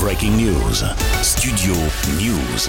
Breaking News. Studio News.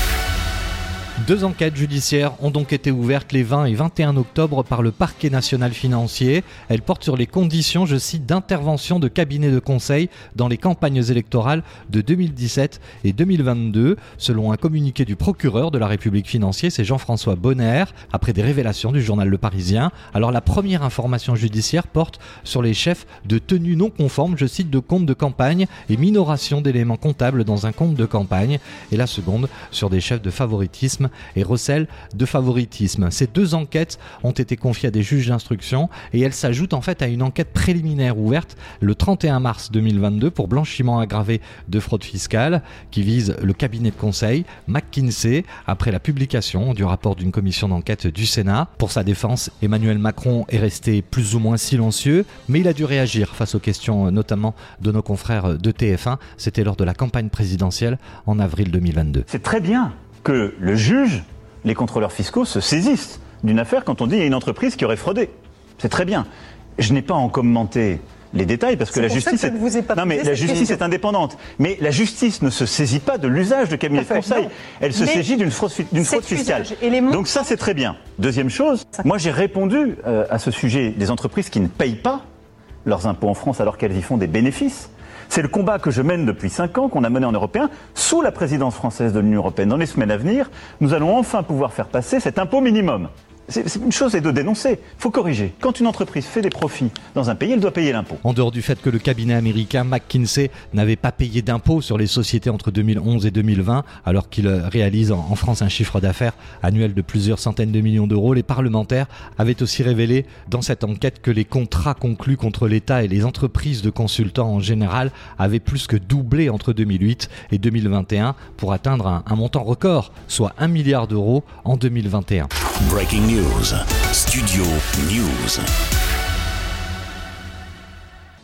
2 enquêtes judiciaires ont donc été ouvertes les 20 et 21 octobre par le parquet national financier. Elles portent sur les conditions, je cite, d'intervention de cabinets de conseil dans les campagnes électorales de 2017 et 2022. Selon un communiqué du procureur de la République financier, c'est Jean-François Bonner, après des révélations du journal Le Parisien. Alors la première information judiciaire porte sur les chefs de tenue non conforme, je cite, de comptes de campagne et minoration d'éléments comptables dans un compte de campagne. Et la seconde sur des chefs de favoritisme et recel de favoritisme. Ces 2 enquêtes ont été confiées à des juges d'instruction et elles s'ajoutent en fait à une enquête préliminaire ouverte le 31 mars 2022 pour blanchiment aggravé de fraude fiscale qui vise le cabinet de conseil McKinsey après la publication du rapport d'une commission d'enquête du Sénat. Pour sa défense, Emmanuel Macron est resté plus ou moins silencieux, mais il a dû réagir face aux questions notamment de nos confrères de TF1. C'était lors de la campagne présidentielle en avril 2022. C'est très bien que le juge, les contrôleurs fiscaux se saisissent d'une affaire quand on dit qu'il y a une entreprise qui aurait fraudé. C'est très bien. Je n'ai pas à en commenter les détails parce que la justice la justice est indépendante. Mais la justice ne se saisit pas de l'usage de cabinet de conseil. Elle se saisit d'une fraude fiscale. Donc ça, c'est très bien. Deuxième chose, moi j'ai répondu à ce sujet des entreprises qui ne payent pas leurs impôts en France alors qu'elles y font des bénéfices. C'est le combat que je mène depuis 5 ans, qu'on a mené en européen, sous la présidence française de l'Union européenne. Dans les semaines à venir, nous allons enfin pouvoir faire passer cet impôt minimum. C'est une chose est de dénoncer, il faut corriger. Quand une entreprise fait des profits dans un pays, elle doit payer l'impôt. En dehors du fait que le cabinet américain McKinsey n'avait pas payé d'impôts sur les sociétés entre 2011 et 2020, alors qu'il réalise en France un chiffre d'affaires annuel de plusieurs centaines de millions d'euros, les parlementaires avaient aussi révélé dans cette enquête que les contrats conclus contre l'État et les entreprises de consultants en général avaient plus que doublé entre 2008 et 2021 pour atteindre un montant record, soit 1 milliard d'euros en 2021. Breaking News. Studio News.